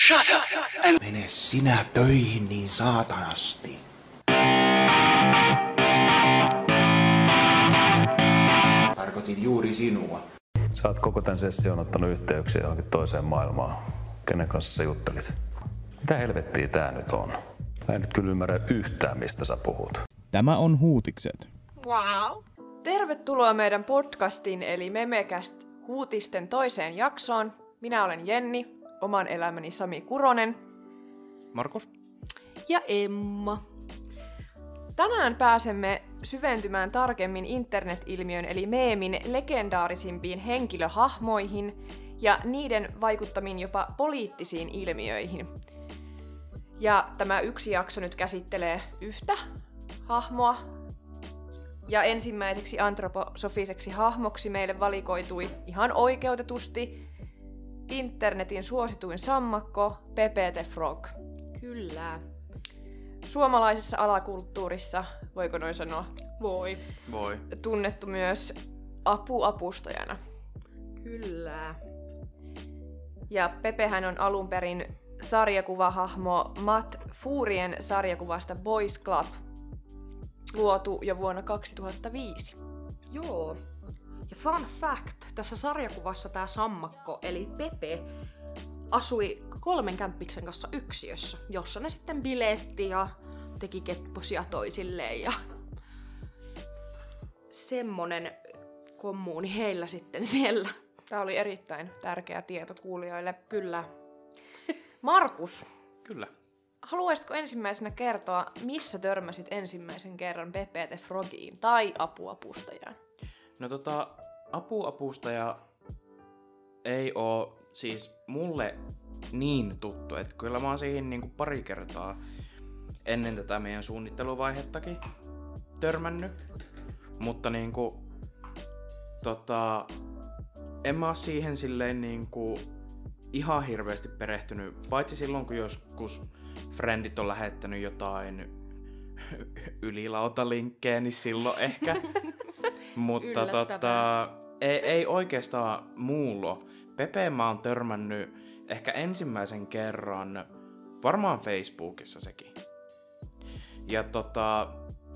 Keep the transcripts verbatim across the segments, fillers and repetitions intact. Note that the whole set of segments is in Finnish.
Shut up and... Mene sinä töihin niin saatanasti. Tarkoitin juuri sinua. Sä oot koko tämän session ottanut yhteyksiä johonkin toiseen maailmaan. Kenen kanssa sä juttelit? Mitä helvettiä tää nyt on? Mä en nyt kyllä ymmärrä yhtään, mistä sä puhut. Tämä on Huutikset. Wow. Tervetuloa meidän podcastiin eli Memekäst Huutisten toiseen jaksoon. Minä olen Jenni, oman elämäni Sami Kuronen. Markus. Ja Emma. Tänään pääsemme syventymään tarkemmin internet-ilmiön eli meemin legendaarisimpiin henkilöhahmoihin ja niiden vaikuttamiin jopa poliittisiin ilmiöihin. Ja tämä yksi jakso nyt käsittelee yhtä hahmoa. Ja ensimmäiseksi antroposofiseksi hahmoksi meille valikoitui ihan oikeutetusti internetin suosituin sammakko Pepe the Frog. Kyllä. Suomalaisessa alakulttuurissa, voiko noin sanoa? Voi. Voi. Tunnettu myös apuapustajana. Kyllä. Ja Pepehän on alun perin sarjakuvahahmo Matt Furien sarjakuvasta Boys Club, luotu jo vuonna kaksituhattaviisi. Joo. Ja fun fact, tässä sarjakuvassa tämä sammakko, eli Pepe, asui kolmen kämppiksen kanssa yksiössä, jossa ne sitten biletti ja teki kepposia toisilleen ja semmonen kommuuni heillä sitten siellä. Tämä oli erittäin tärkeä tieto kuulijoille. Kyllä. Markus, Kyllä. haluaisitko ensimmäisenä kertoa, missä törmäsit ensimmäisen kerran Pepe the Frogiin tai apuapustajaan? No tota, apuapustaja ei oo siis mulle niin tuttu, että kyllä mä oon siihen niinku pari kertaa ennen tätä meidän suunnitteluvaihettakin törmännyt. Mutta niinku, tota, en mä oo siihen silleen niinku ihan hirveästi perehtynyt, paitsi silloin kun joskus friendit on lähettänyt jotain ylilautalinkkejä, niin silloin ehkä. Mutta tota, ei, ei oikeastaan muullo. Pepe mä oon törmännyt ehkä ensimmäisen kerran varmaan Facebookissa sekin. Ja tota,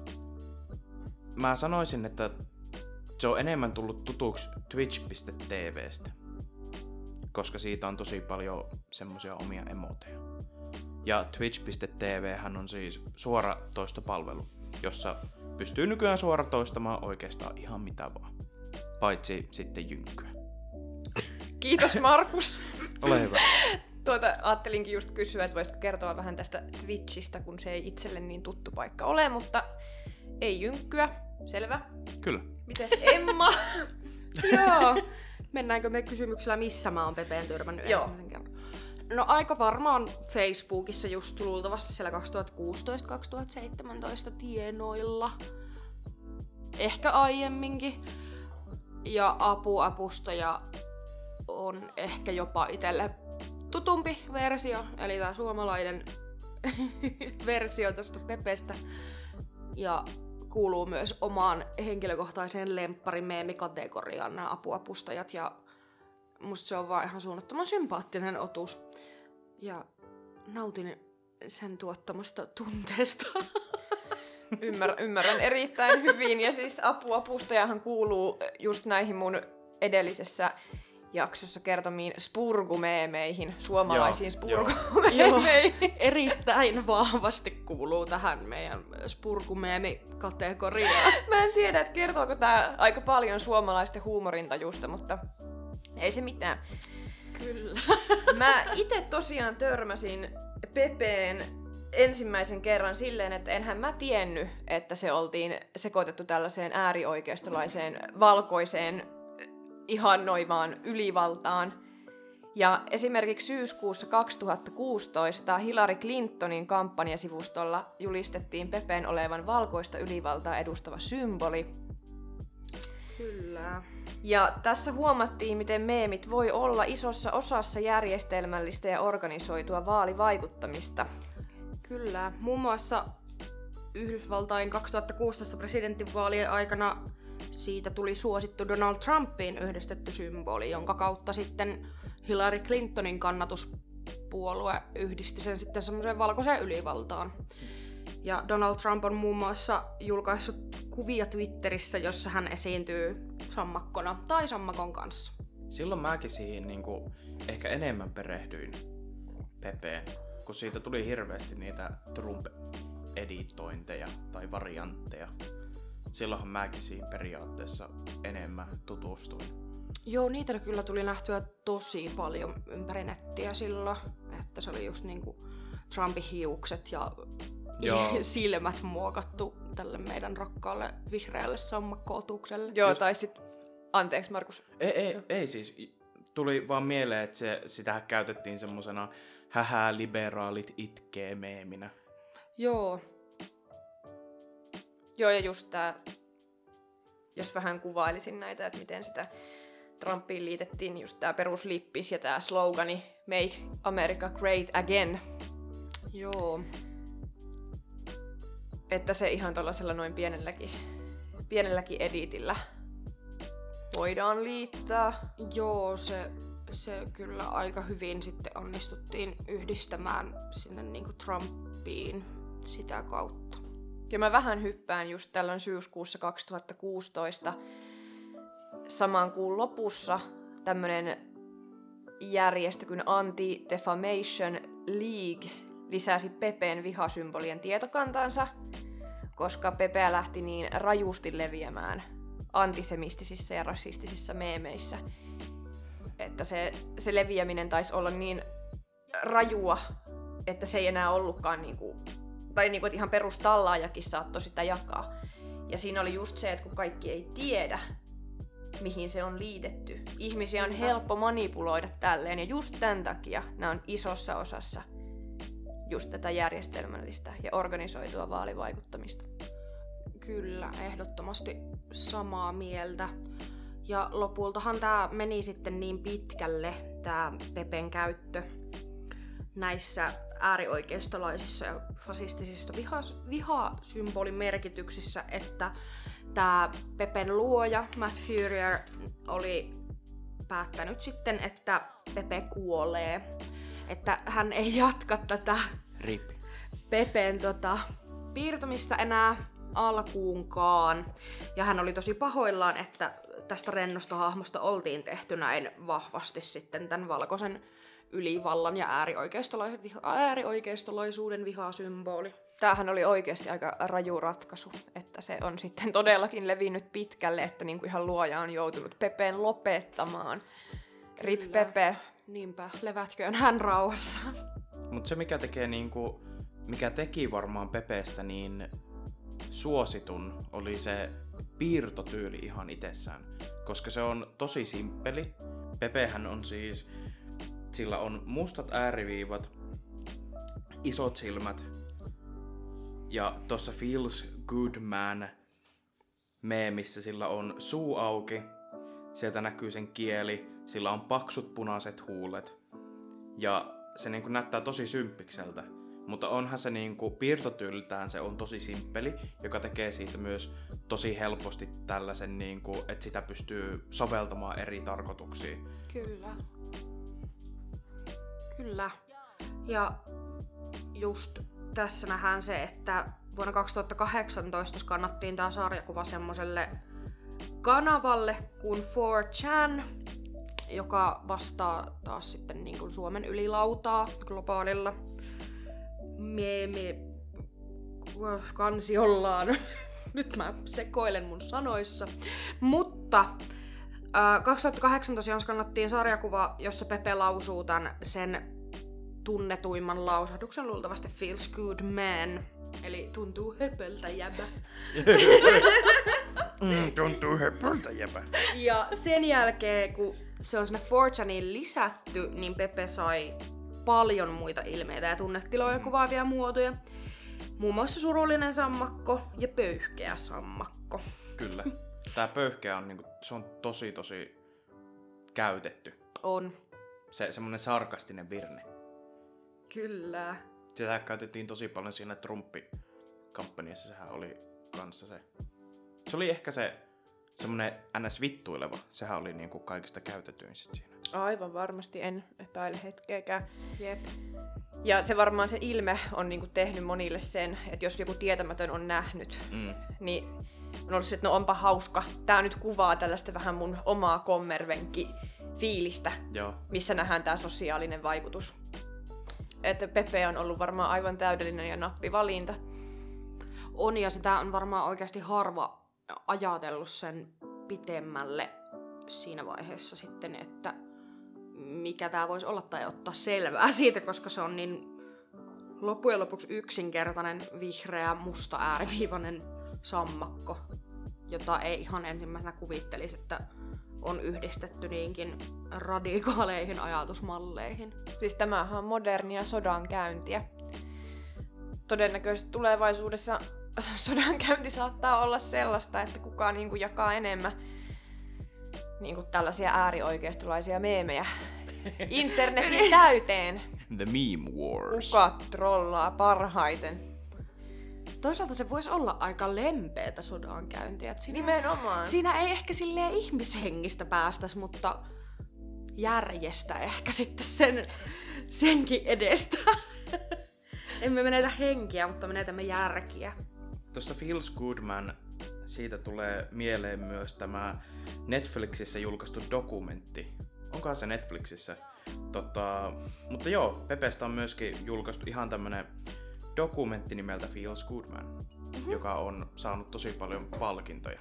mä sanoisin, että se on enemmän tullut tutuksi twitch piste tv:stä. Koska siitä on tosi paljon semmosia omia emoteja. Ja twitch piste tv:hän on siis suora toistopalvelu, jossa pystyy nykyään suora toistamaan oikeastaan ihan mitä vaan. Paitsi sitten jynkkyä. Kiitos Markus. Ole hyvä. Tuota, ajattelinkin just kysyä, että voisitko kertoa vähän tästä Twitchistä, kun se ei itselle niin tuttu paikka ole, mutta ei jynkkyä. Selvä. Kyllä. Mites Emma? Joo. Mennäänkö me kysymyksellä, missä mä oon Pepeen törmännyt Joo. ensimmäisen kerran? No aika varmaan Facebookissa just luultavasti siellä kaksituhattakuusitoista kaksituhattaseitsemäntoista tienoilla. Ehkä aiemminkin. Ja apuapustaja on ehkä jopa itselle tutumpi versio, eli tää suomalainen versio tästä Pepestä. Ja kuuluu myös omaan henkilökohtaiseen lempparimeemikategoriaan nämä apuapustajat. Ja musta se on vaan ihan suunnattoman sympaattinen otus. Ja nautin sen tuottamasta tunteesta. Ymmär, ymmärrän erittäin hyvin. Ja siis apuapustajahan kuuluu just näihin mun edellisessä jaksossa kertomiin spurgumeemeihin, suomalaisiin spurgumeemeihin. Erittäin vahvasti kuuluu tähän meidän spurgumeemi-kategoriaan. Mä en tiedä, että kertooko tää aika paljon suomalaisten huumorintajusta, mutta ei se mitään. Kyllä. Mä ite tosiaan törmäsin Pepeen ensimmäisen kerran silleen, että enhän mä tiennyt, että se oltiin sekoitettu tällaiseen äärioikeistolaiseen valkoiseen ihannoivaan ylivaltaan. Ja esimerkiksi syyskuussa kaksituhattakuusitoista Hillary Clintonin kampanjasivustolla julistettiin Pepeen olevan valkoista ylivaltaa edustava symboli. Kyllä. Ja tässä huomattiin, miten meemit voi olla isossa osassa järjestelmällistä ja organisoitua vaalivaikuttamista. Kyllä. Muun muassa Yhdysvaltain kaksituhattakuusitoista presidentinvaalien aikana siitä tuli suosittu Donald Trumpiin yhdistetty symboli, jonka kautta sitten Hillary Clintonin kannatus puolue yhdisti sen sitten semmoiseen valkoiseen ylivaltaan. Ja Donald Trump on muun muassa julkaissut kuvia Twitterissä, jossa hän esiintyy sammakkona tai sammakon kanssa. Silloin mäkin siihen niinku ehkä enemmän perehdyin Pepeen, kun siitä tuli hirveästi niitä Trump-editointeja tai variantteja. Silloinhan mäkin siihen periaatteessa enemmän tutustuin. Joo, niitä kyllä tuli nähtyä tosi paljon ympäri nettiä silloin, että se oli just niinku Trumpin hiukset ja Joo. silmät muokattu tälle meidän rakkaalle vihreälle sammakko-otukselle. Joo, just... tai sit, anteeksi Markus. Ei, ei, ei siis, tuli vaan mieleen, että se, sitähän käytettiin semmosena hähää liberaalit itkee meeminä. Joo. Joo, ja just tää, jos vähän kuvailisin näitä, että miten sitä Trumpiin liitettiin just tää peruslippis ja tää slogani Make America Great Again. Joo. Että se ihan tollasella noin pienelläkin, pienelläkin editillä voidaan liittää. Joo, se, se kyllä aika hyvin sitten onnistuttiin yhdistämään sinne niinku Trumpiin sitä kautta. Ja mä vähän hyppään just tällöin syyskuussa kaksituhattakuusitoista saman kuun lopussa tämmönen järjestö kuin Anti-Defamation League lisäsi Pepen vihasymbolien tietokantansa, koska Pepeä lähti niin rajusti leviämään antisemistisissä ja rasistisissa meemeissä, että se, se leviäminen taisi olla niin rajua, että se ei enää ollutkaan niinku, tai niinku, että ihan perustallaajakin saattoi sitä jakaa. Ja siinä oli just se, että kun kaikki ei tiedä, mihin se on liitetty. Ihmisiä on helppo manipuloida tälleen, ja just tämän takia nämä on isossa osassa just tätä järjestelmällistä ja organisoitua vaalivaikuttamista. Kyllä, ehdottomasti samaa mieltä. Ja lopultahan tämä meni sitten niin pitkälle, tämä Pepen käyttö näissä äärioikeistolaisissa ja fasistisissa viha- vihasymbolin merkityksissä, että tämä Pepen luoja Matt Furier oli päättänyt sitten, että Pepe kuolee. Että hän ei jatka tätä Rip. Pepen tota, piirtämistä enää alkuunkaan. Ja hän oli tosi pahoillaan, että tästä rennosta hahmosta oltiin tehty näin vahvasti sitten tämän valkoisen ylivallan ja äärioikeistolaisen viha- äärioikeistolaisuuden vihasymboli. Tämähän oli oikeasti aika raju ratkaisu, että se on sitten todellakin levinnyt pitkälle, että niinku ihan luoja on joutunut Pepeen lopettamaan. Rip Kyllä. Pepe. Niinpä, levätköön hän rauhassa. Mut se mikä tekee niinku, mikä teki varmaan Pepestä niin suositun, oli se piirtotyyli ihan itsessään. Koska se on tosi simppeli. Pepehän on siis, sillä on mustat ääriviivat, isot silmät. Ja tossa Feels Good Man meemissä sillä on suu auki. Sieltä näkyy sen kieli, sillä on paksut punaiset huulet. Ja se niinku näyttää tosi symppikseltä. Mutta onhan se niinku piirtotyyliltään se on tosi simppeli, joka tekee siitä myös tosi helposti tällaisen, niinku, että sitä pystyy soveltamaan eri tarkoituksiin. Kyllä. Kyllä. Ja just tässä nähdään se, että vuonna kaksituhattakahdeksantoista skannattiin tää sarjakuva semmoselle kanavalle kuin four chan, joka vastaa taas sitten niin kuin Suomen ylilautaa globaalilla meemi kansiollaan. Nyt mä sekoilen mun sanoissa. Mutta äh, kaksituhattakahdeksan tosiaan skannattiin sarjakuva, jossa Pepe lausuu tän sen tunnetuimman lausahduksen luultavasti Feels Good Man. Eli tuntuu höpöltä jäbä. mm, tuntuu höpöltä jäbä. Ja sen jälkeen, kun se on sinne four chaniin lisätty, niin Pepe sai paljon muita ilmeitä ja tunnetiloja kuvaavia muotoja. Muun muassa surullinen sammakko ja pöyhkeä sammakko. Kyllä. Tää pöyhkeä on, niinku, se on tosi tosi käytetty. On. Se semmonen sarkastinen virne. Kyllä. Sitä käytettiin tosi paljon siinä Trumpi-kampanjassa, sehän oli kanssa se. Se oli ehkä se semmonen ns. Vittuileva, sehän oli niinku kaikista käytetyin sit siinä. Aivan varmasti, en epäile hetkeäkään. Jep. Ja se varmaan se ilme on niinku tehnyt monille sen, että jos joku tietämätön on nähnyt, Mm. niin on ollut se, että no onpa hauska. Tää nyt kuvaa tällaista vähän mun omaa kommervenkki-fiilistä, Joo. missä nähdään tää sosiaalinen vaikutus. Että Pepe on ollut varmaan aivan täydellinen ja nappivalinta. On, ja sitä on varmaan oikeasti harva ajatellut sen pitemmälle siinä vaiheessa sitten, että mikä tää voisi olla, tai ottaa selvää siitä, koska se on niin loppujen lopuksi yksinkertainen, vihreä, musta ääriviivainen sammakko, jota ei ihan ensimmäisenä kuvittelisi, että on yhdistetty niinkin radikaaleihin ajatusmalleihin. Siis tämähän on modernia sodankäyntiä. Todennäköisesti tulevaisuudessa sodankäynti saattaa olla sellaista, että kukaan niinku jakaa enemmän niinku tällaisia äärioikeistolaisia meemejä internetin täyteen. The Meme Wars. Kuka trollaa parhaiten? Toisaalta se voisi olla aika lempeätä sodankäyntiä. että Siinä, Nimenomaan. siinä ei ehkä silleen ihmishengistä päästäisi, mutta järjestä ehkä sitten sen, senkin edestä. Emme menetä henkiä, mutta menetämme järkiä. Tuosta Feels Good Man, siitä tulee mieleen myös tämä Netflixissä julkaistu dokumentti. Onkohan se Netflixissä? Tota, mutta joo, Pepestä on myöskin julkaistu ihan tämmönen dokumentti nimeltä Feels Good Man, mm-hmm. joka on saanut tosi paljon palkintoja.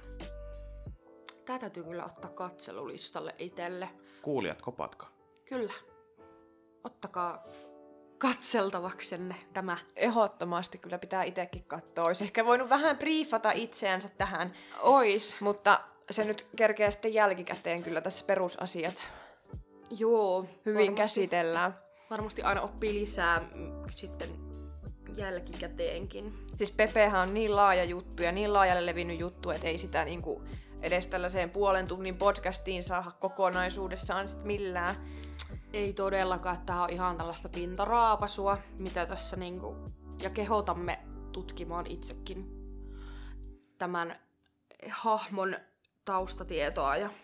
Tää täytyy kyllä ottaa katselulistalle itselle. Kuulijat, kopatkaa. Kyllä. Ottakaa katseltavaksenne tämä. Ehdottomasti kyllä pitää itsekin katsoa. Olisi ehkä voinut vähän briefata itseänsä tähän, Ois. mutta se nyt kerkeää sitten jälkikäteen kyllä tässä perusasiat Joo. hyvin varmasti, käsitellään. Varmasti aina oppii lisää mm, sitten jälkikäteenkin. Siis Pepehän on niin laaja juttu ja niin laajalle levinnyt juttu, että ei sitä niinku edes tällaiseen puolen tunnin podcastiin saada kokonaisuudessaan sit millään. Ei todellakaan, että tää on ihan tällaista pintaraapasua, mitä tässä niinku, ja kehotamme tutkimaan itsekin tämän hahmon taustatietoa ja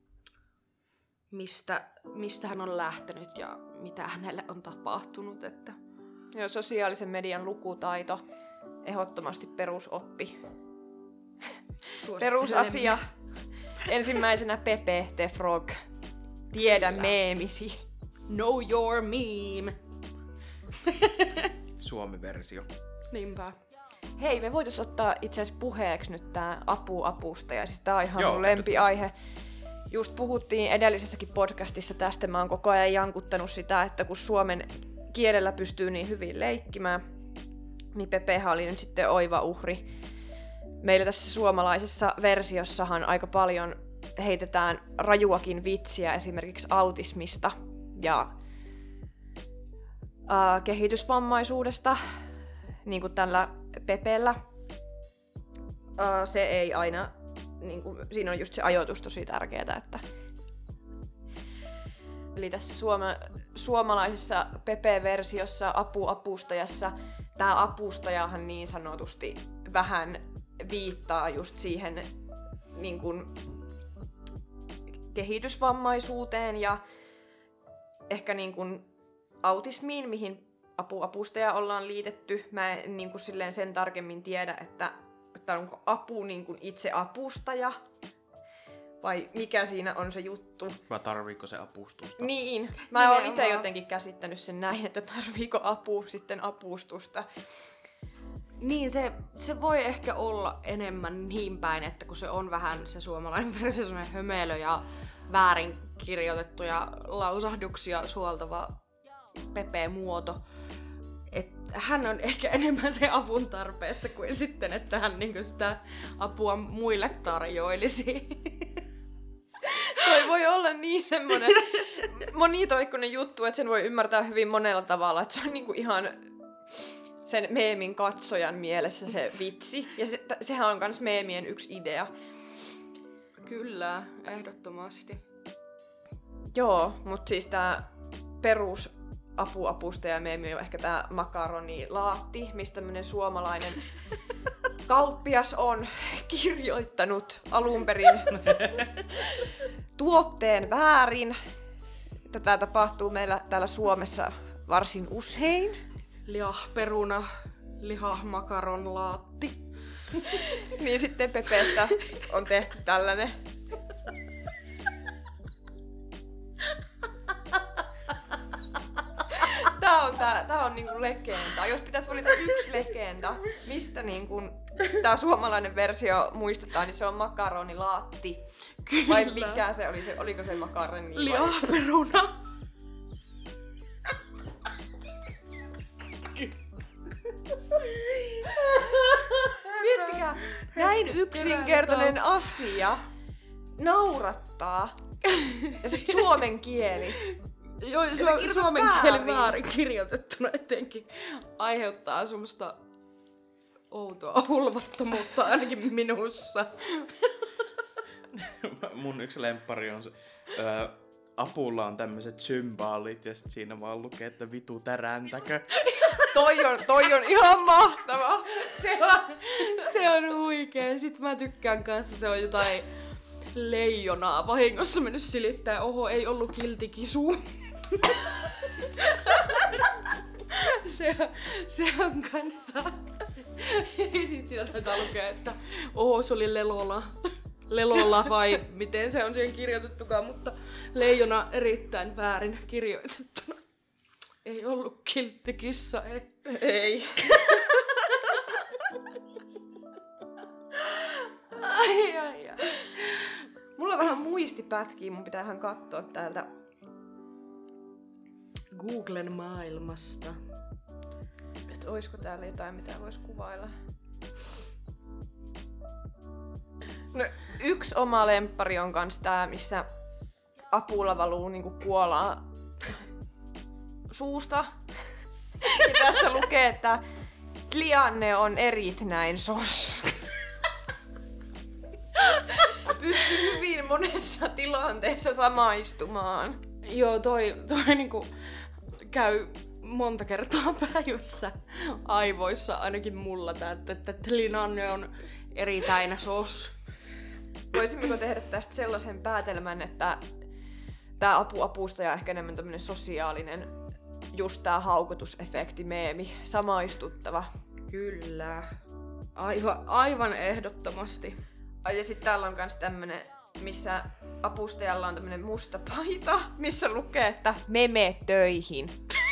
mistä, mistä hän on lähtenyt ja mitä hänelle on tapahtunut. Että Joo, sosiaalisen median lukutaito, ehdottomasti perusoppi. Perusasia. Ensimmäisenä Pepe the Frog. Tiedä Kyllä. meemisi. Know your meme. Suomi-versio. Niinpä. Hei, me voitais ottaa itse asiassa puheeksi nyt tää apu apusta, ja siis tää on ihan Joo, mun lempiaihe. Just puhuttiin edellisessäkin podcastissa tästä, mä oon koko ajan jankuttanut sitä, että kun suomen kielellä pystyy niin hyvin leikkimään, niin Pepehän oli nyt sitten oiva uhri. Meillä tässä suomalaisessa versiossahan aika paljon heitetään rajuakin vitsiä esimerkiksi autismista ja ää, kehitysvammaisuudesta, niin kuin tällä Pepellä. Ää, se ei aina, niin kuin, siinä on just se ajoitus tosi tärkeää, että eli tässä suoma, suomalaisessa Pepe-versiossa apu-apustajassa tämä apustajahan niin sanotusti vähän viittaa just siihen niin kuin kehitysvammaisuuteen ja ehkä niin kuin autismiin, mihin apu-apustaja ollaan liitetty. Mä en niin kuin silleen sen tarkemmin tiedä, että, että onko apu niin kuin itse apustaja vai mikä siinä on se juttu. Vai tarviiko se apustusta? Niin, mä oon itse Nimenomaan. jotenkin käsittänyt sen näin, että tarviiko apu sitten apustusta. Niin, se, se voi ehkä olla enemmän niin päin, että kun se on vähän se suomalainen versio, semmoinen hömelö ja väärin kirjoitettu ja lausahduksia suoltava Pepe-muoto. Et hän on ehkä enemmän se avun tarpeessa kuin sitten, että hän niinku sitä apua muille tarjoilisi. Toi voi olla niin semmonen monitoikkunen juttu, että sen voi ymmärtää hyvin monella tavalla. Että se on niinku ihan sen meemin katsojan mielessä se vitsi. Ja se, t- sehän on kans meemien yksi idea. Kyllä, ehdottomasti. Joo, mutta siis tää perus apu-apustaja meemi on ehkä tää makaronilaatti, mistä tämmönen suomalainen kauppias on kirjoittanut alun perin tuotteen väärin. Tätä tapahtuu meillä täällä Suomessa varsin usein. Lihaperuna, lihamakaron laatti. Niin sitten Pepestä on tehty tällainen. Tää on, tää, tää on niinku legenda. Jos pitäisi valita yksi legenda, mistä niinku tää suomalainen versio muistetaan, niin se on makaronilaatti. Kyllä. Vai mikä se oli? Se, oliko se makaroni? Lihaperuna. Miettikää, näin yksinkertainen asia naurattaa. Ja sit suomen kieli. Joo, Ja sä su- kirjoitat suomen väärin. kieli väärin kirjoitettuna etenkin aiheuttaa semmoista outoa hulvattomuutta ainakin minussa. Mun yksi lemppari on se, ö, apulla on tämmöiset symbaalit ja sit siinä vaan lukee, että vitu täräntäkö. Toi on, toi on ihan mahtava. Se on, se on huikea. Sitten mä tykkään kanssa, se on jotain leijonaa vahingossa mennyt silittää. Oho, ei ollut kiltikisu. se, se on kanssa. Sitten siinä taitaa lukea, että oho, se oli lelola. Lelola vai miten se on siihen kirjoitettukaan, mutta leijona erittäin väärin kirjoitettuna. Ei ollut kilttikissa, ei. Ei. Ai, ai, ai. Mulla on vähän muistipätkiä, mun pitää ihan katsoa täältä. Googlen maailmasta. Että oisko täällä jotain, mitä vois kuvailla. No, yksi oma lemppari on kans tää, missä apulla valuu niinku kuolaa suusta. Ja tässä lukee, että Lianne on eritnäin sos. Pystyy hyvin monessa tilanteessa samaistumaan. Joo, toi, toi niinku käy monta kertaa päivässä aivoissa, ainakin mulla tää, että, että Lianne on eritäinä sos. Voisimmeko tehdä tästä sellaisen päätelmän, että tää apu-apustaja on ehkä enemmän tämmönen sosiaalinen, just tää haukotusefekti meemi, samaistuttava. Kyllä. Aivan, aivan ehdottomasti. Ai, ja sit täällä on kans tämmönen, missä apustajalla on tämmönen musta paita, missä lukee, että meme töihin.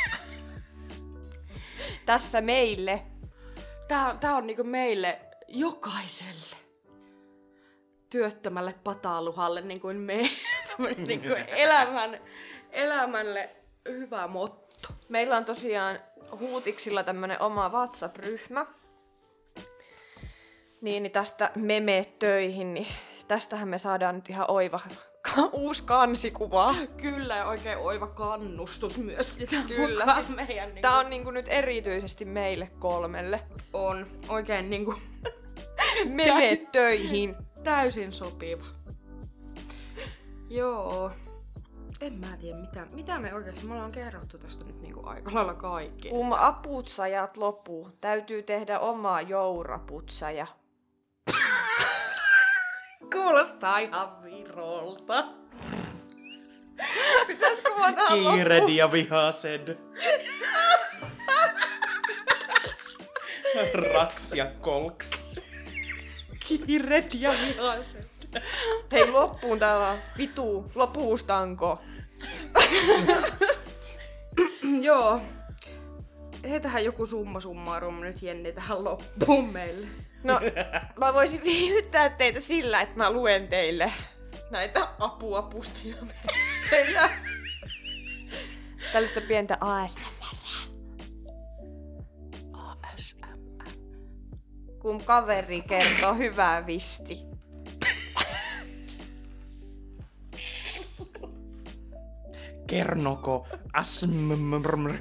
Tässä meille. Tää, tää on niinku meille jokaiselle työttömälle pataaluhalle niin kuin me. Tämmönen niinku elämän, elämälle hyvä motto. Meillä on tosiaan Huutiksilla tämmönen oma WhatsApp-ryhmä. Niin, niin tästä meme töihin, niin tästähän me saadaan nyt ihan oiva uusi kansikuva. Kyllä, ja oikein oiva kannustus myös sitä Kyllä, mukaan siis meidän niinku tää on niinku nyt erityisesti meille kolmelle. on oikein niinku Meme töihin. täysin sopiva. Joo. En mä tiedä, mitä, mitä me oikeasti, me ollaan kerrottu tästä nyt niinku aika lailla kaikki. Kun aputsajat loppuu, täytyy tehdä oma jouraputsaja. Kuulostaa ihan virolta. Pitäisikö mä tähän Kiired ja vihased. Raks ja kolks. Kiiret ja vihaset. Hei, loppuun täällä on vitu lopuustanko. Joo. Heitähän joku summa summarum nyt Jenni tähän loppuun meille. No, mä voisin viihdyttää teitä sillä, että mä luen teille näitä apuapustia meillä. Tällaista pientä A S M R. A S M R. Kun kaveri kertoo hyvää visti. Kernoko asmrmr.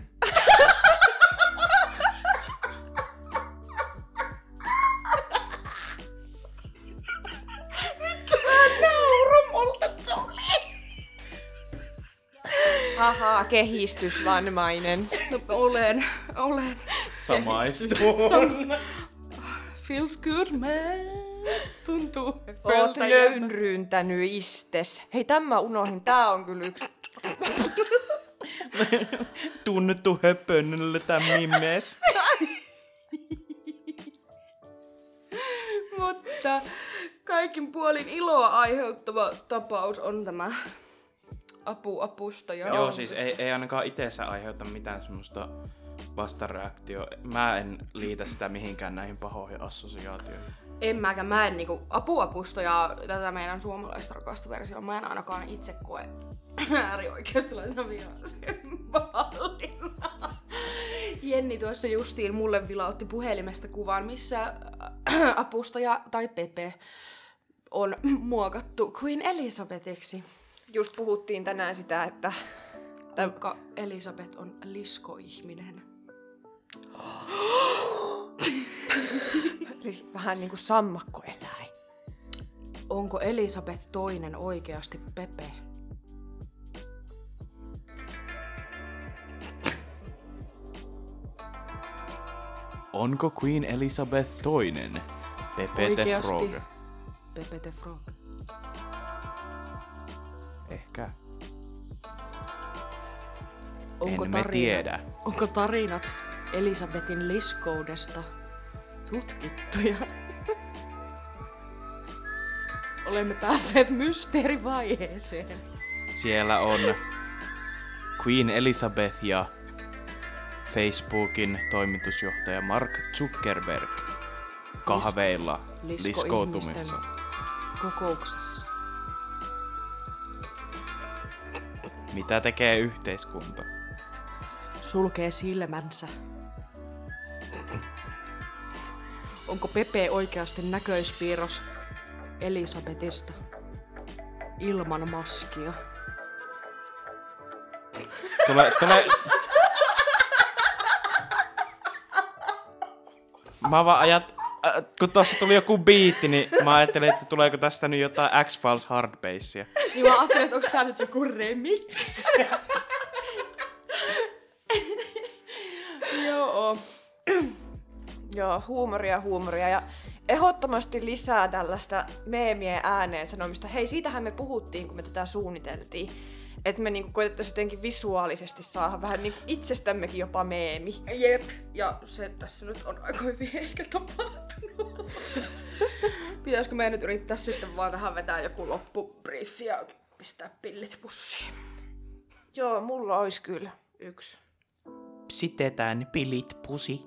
Haha, kehistysvanmainen. No, olen, olen. Samaistuu. Feels good, man. Tuntuu Oot hyvältä ja- nöynryyntänyt istes. Hei, tämä unohdin. Tää on kyllä yksi Tunnettu höpönnölle tämän mimes. Mutta kaikin puolin iloa aiheuttava tapaus on tämä apuapustaja. Joo, siis ei, ei ainakaan itsessä aiheuta mitään semmoista vastareaktio. Mä en liitä sitä mihinkään näihin pahoihin assosiaatioihin. En mäkään, mä en niinku apuapustaja, tätä meidän suomalaista rakasta versioa, mä en ainakaan itse koe äärioikeistolaisena vihaisen mallina. Jenni tuossa justiin mulle vilautti puhelimesta kuvan, missä apustaja tai Pepe on muokattu Queen Elizabethiksi. Just puhuttiin tänään sitä, että Kuinka Elisabeth on liskoihminen. Eli vähän niinku sammakkoeläin. Onko Elisabeth toinen oikeasti Pepe? Onko Queen Elizabeth toinen? Pepe the Oikeasti. Frog. Pepe the Frog. Ehkä. Onko Emme tiedä. Onko tarinat Elisabetin liskoudesta tutkittuja? Olemme päässeet mysteerivaiheeseen. Siellä on Queen Elizabeth ja Facebookin toimitusjohtaja Mark Zuckerberg kahveilla liskoutumissa. Kokouksessa. Mitä tekee yhteiskunta? Sulkee silmänsä. Onko Pepe oikeasti näköispiirros Elisabetista ilman maskia? Tule, tule... Mä vaan ajat... Äh, kun tuossa tuli joku biitti, niin mä ajattelin, että tuleeko tästä nyt jotain X-Files hardbasea. Niin mä ajattelin, että onko tää nyt joku remix? Joo. Joo, huumoria, huumoria ja ehdottomasti lisää tällaista meemien ääneen sanomista. Hei, siitähän me puhuttiin, kun me tätä suunniteltiin. Että me niinku koetettaisiin jotenkin visuaalisesti saada vähän niinku itsestämmekin jopa meemi. Jep. Ja se tässä nyt on aika hyvin ehkä tapahtunut. Pitäisikö meidän nyt yrittää sitten vaan tähän vetää joku loppubriefi ja pistää pillit pussiin? Joo, mulla olisi kyllä yksi. Sitetään pilit pusi.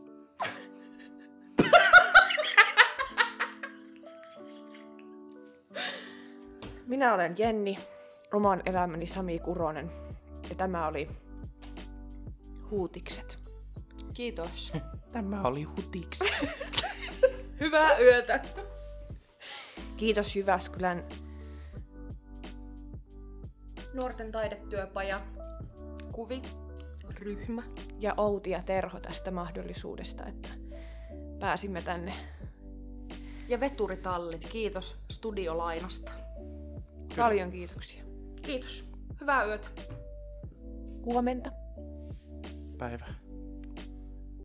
Minä olen Jenni, oman elämäni Sami Kuronen. Ja tämä oli Huutikset. Kiitos. Tämä oli Hutiksi. Hyvää yötä. Kiitos Jyväskylän Nuorten taidetyöpaja. Kuvi. Ryhmä. ja Outi ja Terho tästä mahdollisuudesta, että pääsimme tänne. Ja veturitallit. Kiitos studiolainasta. Paljon kiitoksia. Kiitos. Hyvää yötä. Huomenta. Päivä.